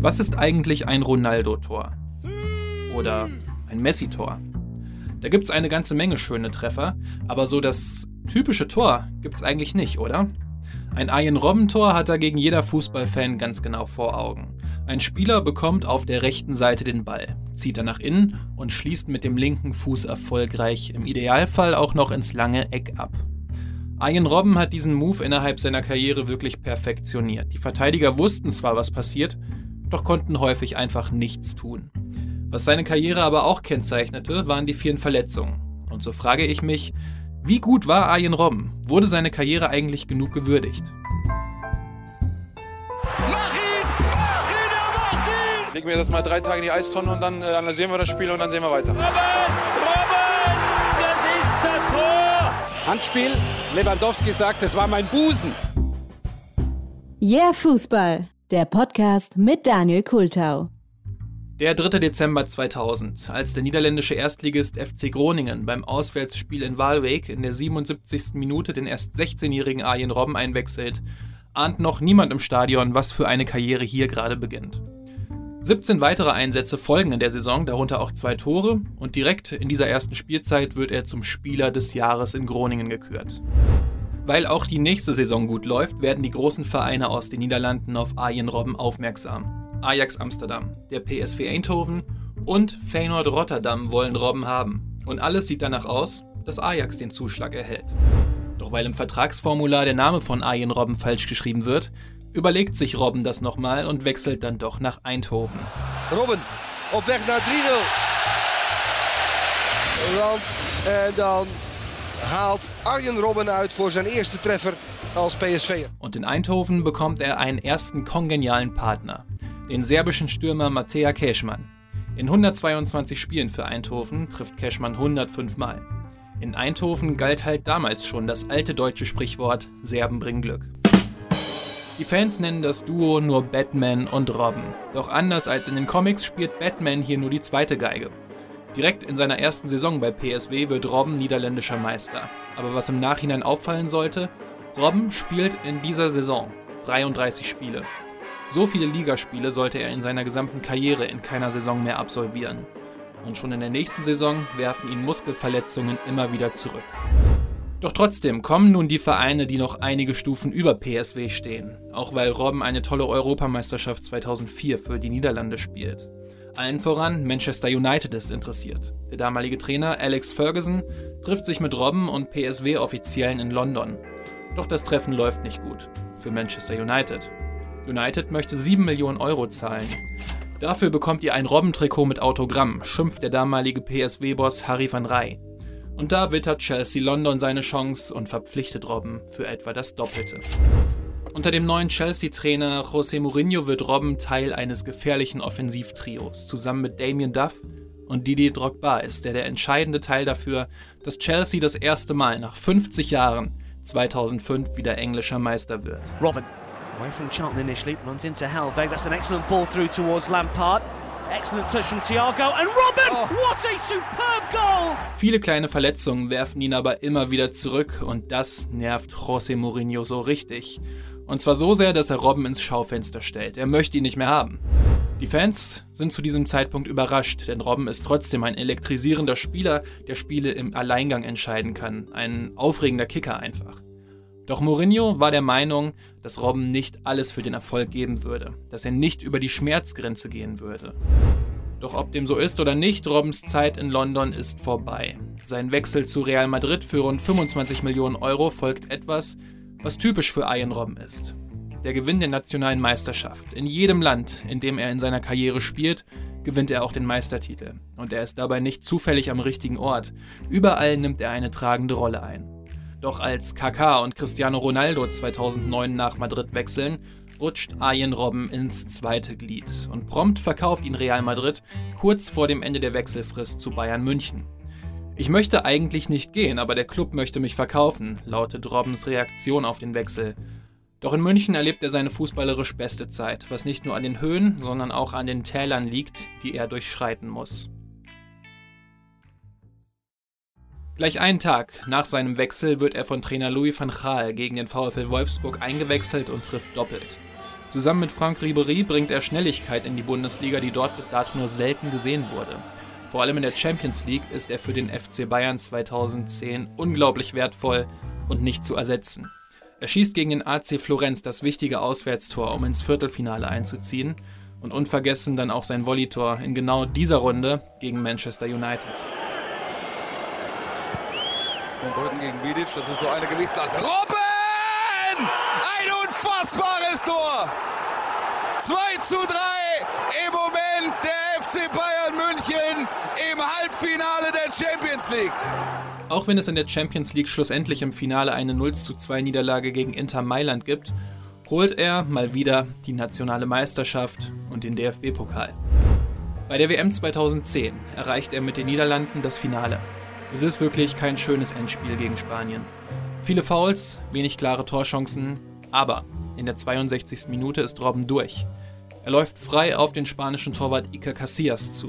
Was ist eigentlich ein Ronaldo-Tor? Oder ein Messi-Tor? Da gibt's eine ganze Menge schöne Treffer, aber so das typische Tor gibt's eigentlich nicht, oder? Ein Arjen Robben-Tor hat dagegen jeder Fußballfan ganz genau vor Augen. Ein Spieler bekommt auf der rechten Seite den Ball, zieht dann nach innen und schließt mit dem linken Fuß erfolgreich, im Idealfall auch noch ins lange Eck ab. Arjen Robben hat diesen Move innerhalb seiner Karriere wirklich perfektioniert. Die Verteidiger wussten zwar, was passiert, doch konnten häufig einfach nichts tun. Was seine Karriere aber auch kennzeichnete, waren die vielen Verletzungen. Und so frage ich mich, wie gut war Arjen Robben? Wurde seine Karriere eigentlich genug gewürdigt? Legen wir das mal 3 Tage in die Eistonne und dann analysieren wir das Spiel und dann sehen wir weiter. Robben, das ist das Tor! Handspiel, Lewandowski sagt, es war mein Busen. Yeah, Fußball, der Podcast mit Daniel Kultau. Der 3. Dezember 2000, als der niederländische Erstligist FC Groningen beim Auswärtsspiel in Waalwijk in der 77. Minute den erst 16-jährigen Arjen Robben einwechselt, ahnt noch niemand im Stadion, was für eine Karriere hier gerade beginnt. 17 weitere Einsätze folgen in der Saison, darunter auch 2 Tore, und direkt in dieser ersten Spielzeit wird er zum Spieler des Jahres in Groningen gekürt. Weil auch die nächste Saison gut läuft, werden die großen Vereine aus den Niederlanden auf Arjen Robben aufmerksam. Ajax Amsterdam, der PSV Eindhoven und Feyenoord Rotterdam wollen Robben haben. Und alles sieht danach aus, dass Ajax den Zuschlag erhält. Doch weil im Vertragsformular der Name von Arjen Robben falsch geschrieben wird, überlegt sich Robben das nochmal und wechselt dann doch nach Eindhoven. Robben, op weg naar 3-0. En dan haalt Arjen Robben uit voor zijn eerste treffer als PSV'er. Und in Eindhoven bekommt er einen ersten kongenialen Partner, den serbischen Stürmer Mateja Cashman. In 122 Spielen für Eindhoven trifft Cashman 105 Mal. In Eindhoven galt halt damals schon das alte deutsche Sprichwort Serben bringen Glück. Die Fans nennen das Duo nur Batman und Robben. Doch anders als in den Comics spielt Batman hier nur die zweite Geige. Direkt in seiner ersten Saison bei PSV wird Robben niederländischer Meister. Aber was im Nachhinein auffallen sollte, Robben spielt in dieser Saison 33 Spiele. So viele Ligaspiele sollte er in seiner gesamten Karriere in keiner Saison mehr absolvieren. Und schon in der nächsten Saison werfen ihn Muskelverletzungen immer wieder zurück. Doch trotzdem kommen nun die Vereine, die noch einige Stufen über PSV stehen, auch weil Robben eine tolle Europameisterschaft 2004 für die Niederlande spielt. Allen voran Manchester United ist interessiert. Der damalige Trainer Alex Ferguson trifft sich mit Robben und PSV-Offiziellen in London. Doch das Treffen läuft nicht gut für Manchester United. United möchte 7 Millionen Euro zahlen. Dafür bekommt ihr ein Robben-Trikot mit Autogramm, schimpft der damalige PSV-Boss Harry van Rij. Und da wittert Chelsea London seine Chance und verpflichtet Robben für etwa das Doppelte. Unter dem neuen Chelsea-Trainer José Mourinho wird Robben Teil eines gefährlichen Offensivtrios. Zusammen mit Damien Duff und Didier Drogba ist der entscheidende Teil dafür, dass Chelsea das erste Mal nach 50 Jahren 2005 wieder englischer Meister wird. Robben, away from Charlton initially, runs into Helveg. That's an excellent ball through towards Lampard. Excellent touch from Thiago and Robben! What a superb goal! Viele kleine Verletzungen werfen ihn aber immer wieder zurück und das nervt José Mourinho so richtig. Und zwar so sehr, dass er Robben ins Schaufenster stellt. Er möchte ihn nicht mehr haben. Die Fans sind zu diesem Zeitpunkt überrascht, denn Robben ist trotzdem ein elektrisierender Spieler, der Spiele im Alleingang entscheiden kann. Ein aufregender Kicker einfach. Doch Mourinho war der Meinung, dass Robben nicht alles für den Erfolg geben würde, dass er nicht über die Schmerzgrenze gehen würde. Doch ob dem so ist oder nicht, Robbens Zeit in London ist vorbei. Sein Wechsel zu Real Madrid für rund 25 Millionen Euro folgt etwas, was typisch für Arjen Robben ist. Der Gewinn der nationalen Meisterschaft. In jedem Land, in dem er in seiner Karriere spielt, gewinnt er auch den Meistertitel. Und er ist dabei nicht zufällig am richtigen Ort. Überall nimmt er eine tragende Rolle ein. Doch als Kaká und Cristiano Ronaldo 2009 nach Madrid wechseln, rutscht Arjen Robben ins zweite Glied und prompt verkauft ihn Real Madrid kurz vor dem Ende der Wechselfrist zu Bayern München. Ich möchte eigentlich nicht gehen, aber der Club möchte mich verkaufen, lautet Robbens Reaktion auf den Wechsel. Doch in München erlebt er seine fußballerisch beste Zeit, was nicht nur an den Höhen, sondern auch an den Tälern liegt, die er durchschreiten muss. Gleich einen Tag nach seinem Wechsel wird er von Trainer Louis van Gaal gegen den VfL Wolfsburg eingewechselt und trifft doppelt. Zusammen mit Franck Ribéry bringt er Schnelligkeit in die Bundesliga, die dort bis dato nur selten gesehen wurde. Vor allem in der Champions League ist er für den FC Bayern 2010 unglaublich wertvoll und nicht zu ersetzen. Er schießt gegen den AC Florenz das wichtige Auswärtstor, um ins Viertelfinale einzuziehen. Und unvergessen dann auch sein Volleytor in genau dieser Runde gegen Manchester United. Von Brücken gegen Vidic, das ist so eine Gewichtsklasse. Robben! Ein unfassbares Tor! 2:3 im Moment der FC Bayern München im Halbfinale der Champions League. Auch wenn es in der Champions League schlussendlich im Finale eine 0:2 Niederlage gegen Inter Mailand gibt, holt er mal wieder die nationale Meisterschaft und den DFB-Pokal. Bei der WM 2010 erreicht er mit den Niederlanden das Finale. Es ist wirklich kein schönes Endspiel gegen Spanien. Viele Fouls, wenig klare Torchancen, aber in der 62. Minute ist Robben durch. Er läuft frei auf den spanischen Torwart Iker Casillas zu.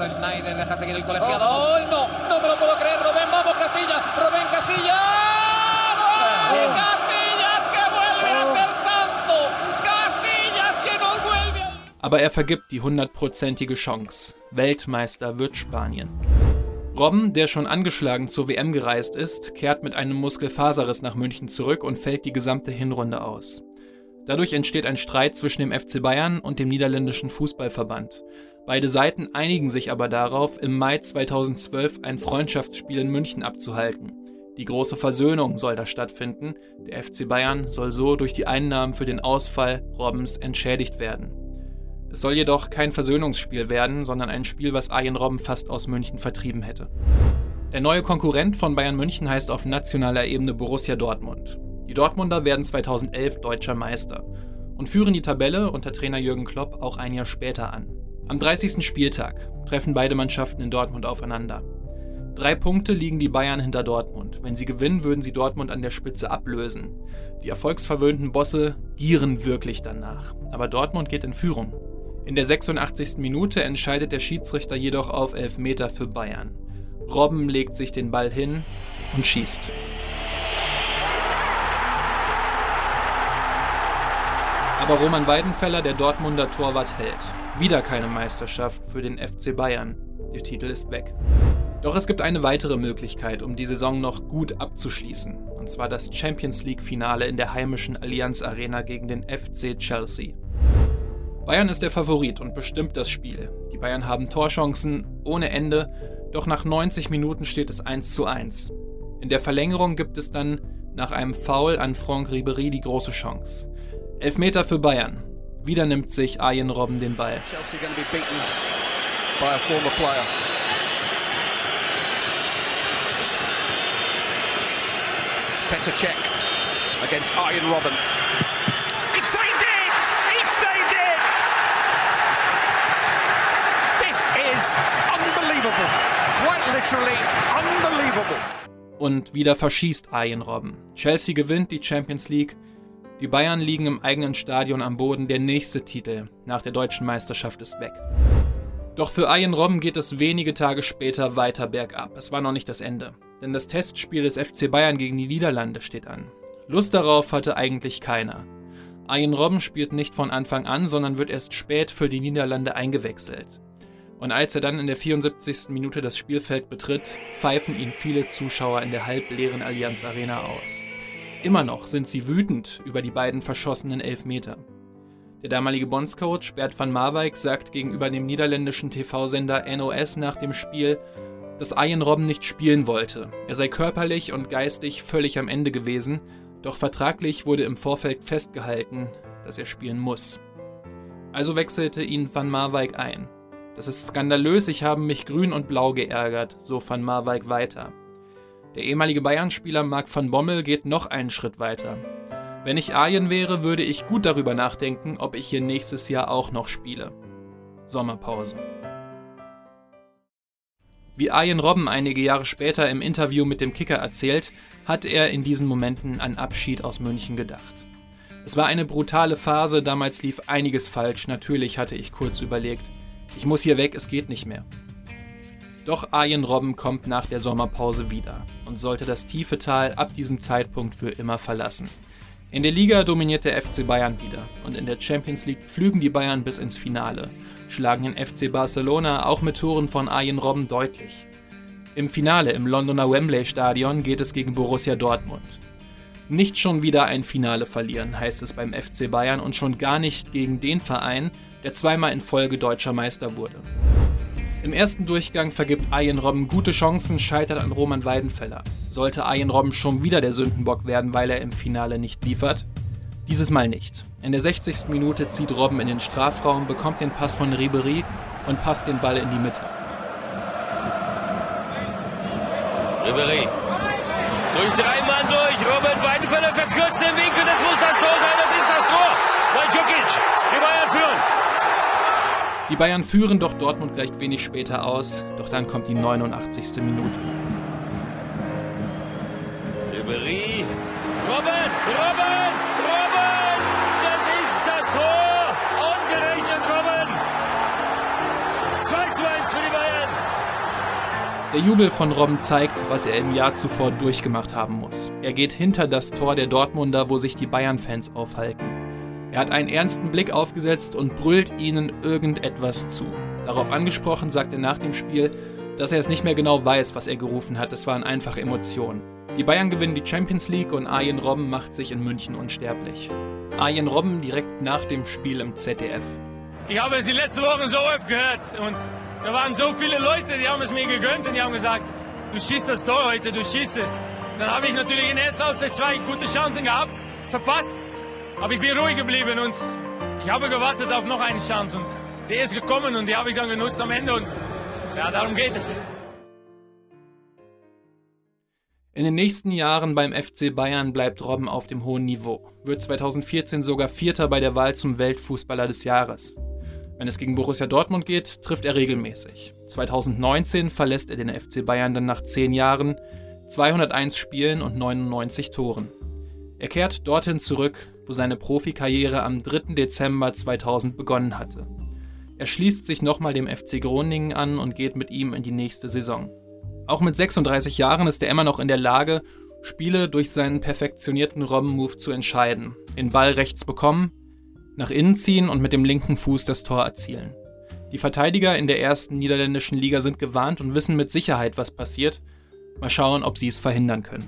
Aber er vergibt die 100%ige Chance. Weltmeister wird Spanien. Robben, der schon angeschlagen zur WM gereist ist, kehrt mit einem Muskelfaserriss nach München zurück und fällt die gesamte Hinrunde aus. Dadurch entsteht ein Streit zwischen dem FC Bayern und dem niederländischen Fußballverband. Beide Seiten einigen sich aber darauf, im Mai 2012 ein Freundschaftsspiel in München abzuhalten. Die große Versöhnung soll da stattfinden. Der FC Bayern soll so durch die Einnahmen für den Ausfall Robbens entschädigt werden. Es soll jedoch kein Versöhnungsspiel werden, sondern ein Spiel, was Arjen Robben fast aus München vertrieben hätte. Der neue Konkurrent von Bayern München heißt auf nationaler Ebene Borussia Dortmund. Die Dortmunder werden 2011 deutscher Meister und führen die Tabelle unter Trainer Jürgen Klopp auch ein Jahr später an. Am 30. Spieltag treffen beide Mannschaften in Dortmund aufeinander. 3 Punkte liegen die Bayern hinter Dortmund. Wenn sie gewinnen, würden sie Dortmund an der Spitze ablösen. Die erfolgsverwöhnten Bosse gieren wirklich danach. Aber Dortmund geht in Führung. In der 86. Minute entscheidet der Schiedsrichter jedoch auf Elfmeter für Bayern. Robben legt sich den Ball hin und schießt. Aber Roman Weidenfeller, der Dortmunder Torwart, hält. Wieder keine Meisterschaft für den FC Bayern. Der Titel ist weg. Doch es gibt eine weitere Möglichkeit, um die Saison noch gut abzuschließen. Und zwar das Champions-League-Finale in der heimischen Allianz Arena gegen den FC Chelsea. Bayern ist der Favorit und bestimmt das Spiel. Die Bayern haben Torchancen ohne Ende, doch nach 90 Minuten steht es 1:1. In der Verlängerung gibt es dann nach einem Foul an Franck Ribéry die große Chance. Elfmeter für Bayern. Wieder nimmt sich Arjen Robben den Ball. Chelsea going to be beaten by a former player. Petr Cech against Arjen Robben. He saved it! He saved it! This is unbelievable. Quite literally unbelievable. Und wieder verschießt Arjen Robben. Chelsea gewinnt die Champions League. Die Bayern liegen im eigenen Stadion am Boden. Der nächste Titel nach der deutschen Meisterschaft ist weg. Doch für Arjen Robben geht es wenige Tage später weiter bergab. Es war noch nicht das Ende. Denn das Testspiel des FC Bayern gegen die Niederlande steht an. Lust darauf hatte eigentlich keiner. Arjen Robben spielt nicht von Anfang an, sondern wird erst spät für die Niederlande eingewechselt. Und als er dann in der 74. Minute das Spielfeld betritt, pfeifen ihn viele Zuschauer in der halbleeren Allianz Arena aus. Immer noch sind sie wütend über die beiden verschossenen Elfmeter. Der damalige Bondscoach Bert van Marwijk sagt gegenüber dem niederländischen TV-Sender NOS nach dem Spiel, dass Arjen Robben nicht spielen wollte. Er sei körperlich und geistig völlig am Ende gewesen, doch vertraglich wurde im Vorfeld festgehalten, dass er spielen muss. Also wechselte ihn Van Marwijk ein. Das ist skandalös, ich habe mich grün und blau geärgert, so Van Marwijk weiter. Der ehemalige Bayern-Spieler Marc van Bommel geht noch einen Schritt weiter. Wenn ich Arjen wäre, würde ich gut darüber nachdenken, ob ich hier nächstes Jahr auch noch spiele. Sommerpause. Wie Arjen Robben einige Jahre später im Interview mit dem Kicker erzählt, hat er in diesen Momenten an Abschied aus München gedacht. Es war eine brutale Phase, damals lief einiges falsch, natürlich hatte ich kurz überlegt, ich muss hier weg, es geht nicht mehr. Doch Arjen Robben kommt nach der Sommerpause wieder und sollte das tiefe Tal ab diesem Zeitpunkt für immer verlassen. In der Liga dominiert der FC Bayern wieder und in der Champions League flügen die Bayern bis ins Finale, schlagen den FC Barcelona auch mit Toren von Arjen Robben deutlich. Im Finale im Londoner Wembley-Stadion geht es gegen Borussia Dortmund. Nicht schon wieder ein Finale verlieren, heißt es beim FC Bayern, und schon gar nicht gegen den Verein, der zweimal in Folge deutscher Meister wurde. Im ersten Durchgang vergibt Arjen Robben gute Chancen, scheitert an Roman Weidenfeller. Sollte Arjen Robben schon wieder der Sündenbock werden, weil er im Finale nicht liefert? Dieses Mal nicht. In der 60. Minute zieht Robben in den Strafraum, bekommt den Pass von Ribéry und passt den Ball in die Mitte. Ribéry. Durch 3 Mann durch. Robben Weidenfeller verkürzt den Winkel. Das muss das Tor sein. Das ist das Tor. Mandzukic. Die Bayern führen. Die Bayern führen, doch Dortmund gleicht wenig später aus. Doch dann kommt die 89. Minute. Ribéry. Robben. Das ist das Tor. Ausgerechnet Robben. 2:1 für die Bayern. Der Jubel von Robben zeigt, was er im Jahr zuvor durchgemacht haben muss. Er geht hinter das Tor der Dortmunder, wo sich die Bayern-Fans aufhalten. Er hat einen ernsten Blick aufgesetzt und brüllt ihnen irgendetwas zu. Darauf angesprochen sagt er nach dem Spiel, dass er es nicht mehr genau weiß, was er gerufen hat. Es waren einfach Emotionen. Die Bayern gewinnen die Champions League und Arjen Robben macht sich in München unsterblich. Arjen Robben direkt nach dem Spiel im ZDF. Ich habe es die letzten Wochen so oft gehört und da waren so viele Leute, die haben es mir gegönnt und die haben gesagt, du schießt das Tor heute, du schießt es. Dann habe ich natürlich in der ersten Halbzeit 2 gute Chancen gehabt, verpasst, aber ich bin ruhig geblieben und ich habe gewartet auf noch eine Chance und die ist gekommen und die habe ich dann genutzt am Ende und ja, darum geht es. In den nächsten Jahren beim FC Bayern bleibt Robben auf dem hohen Niveau, wird 2014 sogar Vierter bei der Wahl zum Weltfußballer des Jahres. Wenn es gegen Borussia Dortmund geht, trifft er regelmäßig. 2019 verlässt er den FC Bayern dann nach 10 Jahren, 201 Spielen und 99 Toren. Er kehrt dorthin zurück, wo seine Profikarriere am 3. Dezember 2000 begonnen hatte. Er schließt sich nochmal dem FC Groningen an und geht mit ihm in die nächste Saison. Auch mit 36 Jahren ist er immer noch in der Lage, Spiele durch seinen perfektionierten Robben-Move zu entscheiden. Den Ball rechts bekommen, nach innen ziehen und mit dem linken Fuß das Tor erzielen. Die Verteidiger in der ersten niederländischen Liga sind gewarnt und wissen mit Sicherheit, was passiert. Mal schauen, ob sie es verhindern können.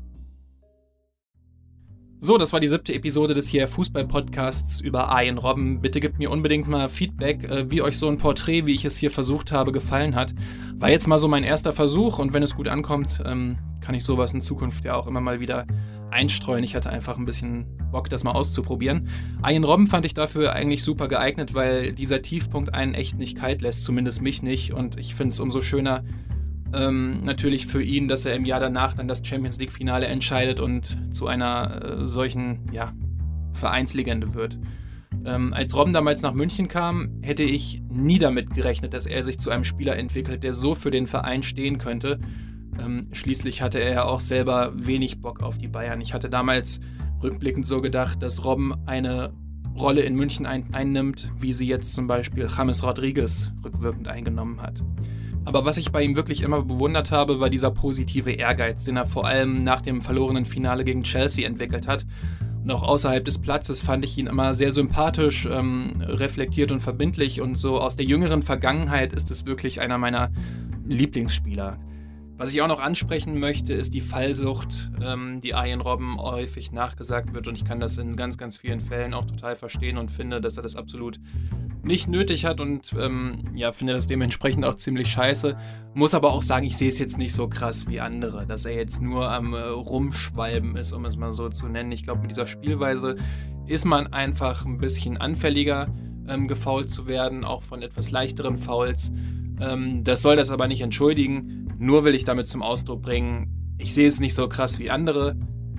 So, das war die 7. Episode des hier Fußball-Podcasts über Arjen Robben. Bitte gebt mir unbedingt mal Feedback, wie euch so ein Porträt, wie ich es hier versucht habe, gefallen hat. War jetzt mal so mein erster Versuch und wenn es gut ankommt, kann ich sowas in Zukunft ja auch immer mal wieder einstreuen. Ich hatte einfach ein bisschen Bock, das mal auszuprobieren. Arjen Robben fand ich dafür eigentlich super geeignet, weil dieser Tiefpunkt einen echt nicht kalt lässt, zumindest mich nicht. Und ich finde es umso schöner, natürlich für ihn, dass er im Jahr danach dann das Champions-League-Finale entscheidet und zu einer solchen Vereinslegende wird. Als Robben damals nach München kam, hätte ich nie damit gerechnet, dass er sich zu einem Spieler entwickelt, der so für den Verein stehen könnte. Schließlich hatte er ja auch selber wenig Bock auf die Bayern. Ich hatte damals rückblickend so gedacht, dass Robben eine Rolle in München einnimmt, wie sie jetzt zum Beispiel James Rodriguez rückwirkend eingenommen hat. Aber was ich bei ihm wirklich immer bewundert habe, war dieser positive Ehrgeiz, den er vor allem nach dem verlorenen Finale gegen Chelsea entwickelt hat. Und auch außerhalb des Platzes fand ich ihn immer sehr sympathisch, reflektiert und verbindlich. Und so aus der jüngeren Vergangenheit ist es wirklich einer meiner Lieblingsspieler. Was ich auch noch ansprechen möchte, ist die Fallsucht, die Arjen Robben häufig nachgesagt wird. Und ich kann das in ganz, ganz vielen Fällen auch total verstehen und finde, dass er das absolut nicht nötig hat und finde das dementsprechend auch ziemlich scheiße. Muss aber auch sagen, ich sehe es jetzt nicht so krass wie andere, dass er jetzt nur am Rumschwalben ist, um es mal so zu nennen. Ich glaube, mit dieser Spielweise ist man einfach ein bisschen anfälliger, gefoult zu werden, auch von etwas leichteren Fouls. Das soll das aber nicht entschuldigen. Nur will ich damit zum Ausdruck bringen, ich sehe es nicht so krass wie andere.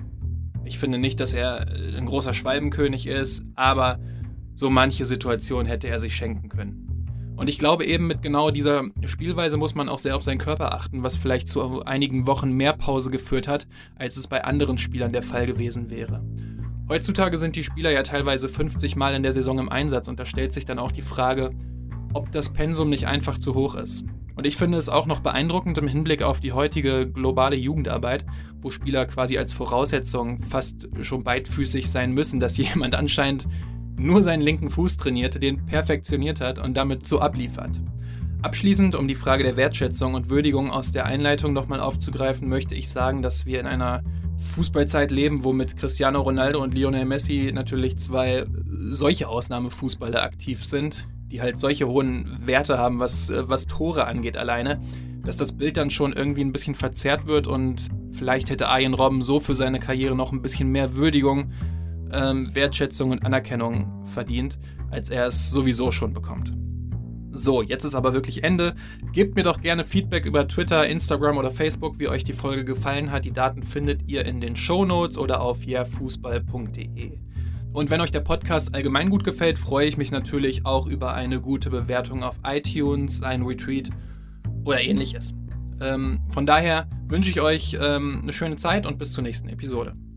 Ich finde nicht, dass er ein großer Schwalbenkönig ist, aber so manche Situation hätte er sich schenken können. Und ich glaube eben mit genau dieser Spielweise muss man auch sehr auf seinen Körper achten, was vielleicht zu einigen Wochen mehr Pause geführt hat, als es bei anderen Spielern der Fall gewesen wäre. Heutzutage sind die Spieler ja teilweise 50 Mal in der Saison im Einsatz und da stellt sich dann auch die Frage, ob das Pensum nicht einfach zu hoch ist. Und ich finde es auch noch beeindruckend im Hinblick auf die heutige globale Jugendarbeit, wo Spieler quasi als Voraussetzung fast schon beidfüßig sein müssen, dass jemand anscheinend nur seinen linken Fuß trainierte, den perfektioniert hat und damit so abliefert. Abschließend, um die Frage der Wertschätzung und Würdigung aus der Einleitung nochmal aufzugreifen, möchte ich sagen, dass wir in einer Fußballzeit leben, wo mit Cristiano Ronaldo und Lionel Messi natürlich zwei solche Ausnahmefußballer aktiv sind, die halt solche hohen Werte haben, was Tore angeht alleine, dass das Bild dann schon irgendwie ein bisschen verzerrt wird und vielleicht hätte Arjen Robben so für seine Karriere noch ein bisschen mehr Würdigung, Wertschätzung und Anerkennung verdient, als er es sowieso schon bekommt. So, jetzt ist aber wirklich Ende. Gebt mir doch gerne Feedback über Twitter, Instagram oder Facebook, wie euch die Folge gefallen hat. Die Daten findet ihr in den Shownotes oder auf yeahfußball.de. Und wenn euch der Podcast allgemein gut gefällt, freue ich mich natürlich auch über eine gute Bewertung auf iTunes, ein Retweet oder ähnliches. Von daher wünsche ich euch eine schöne Zeit und bis zur nächsten Episode.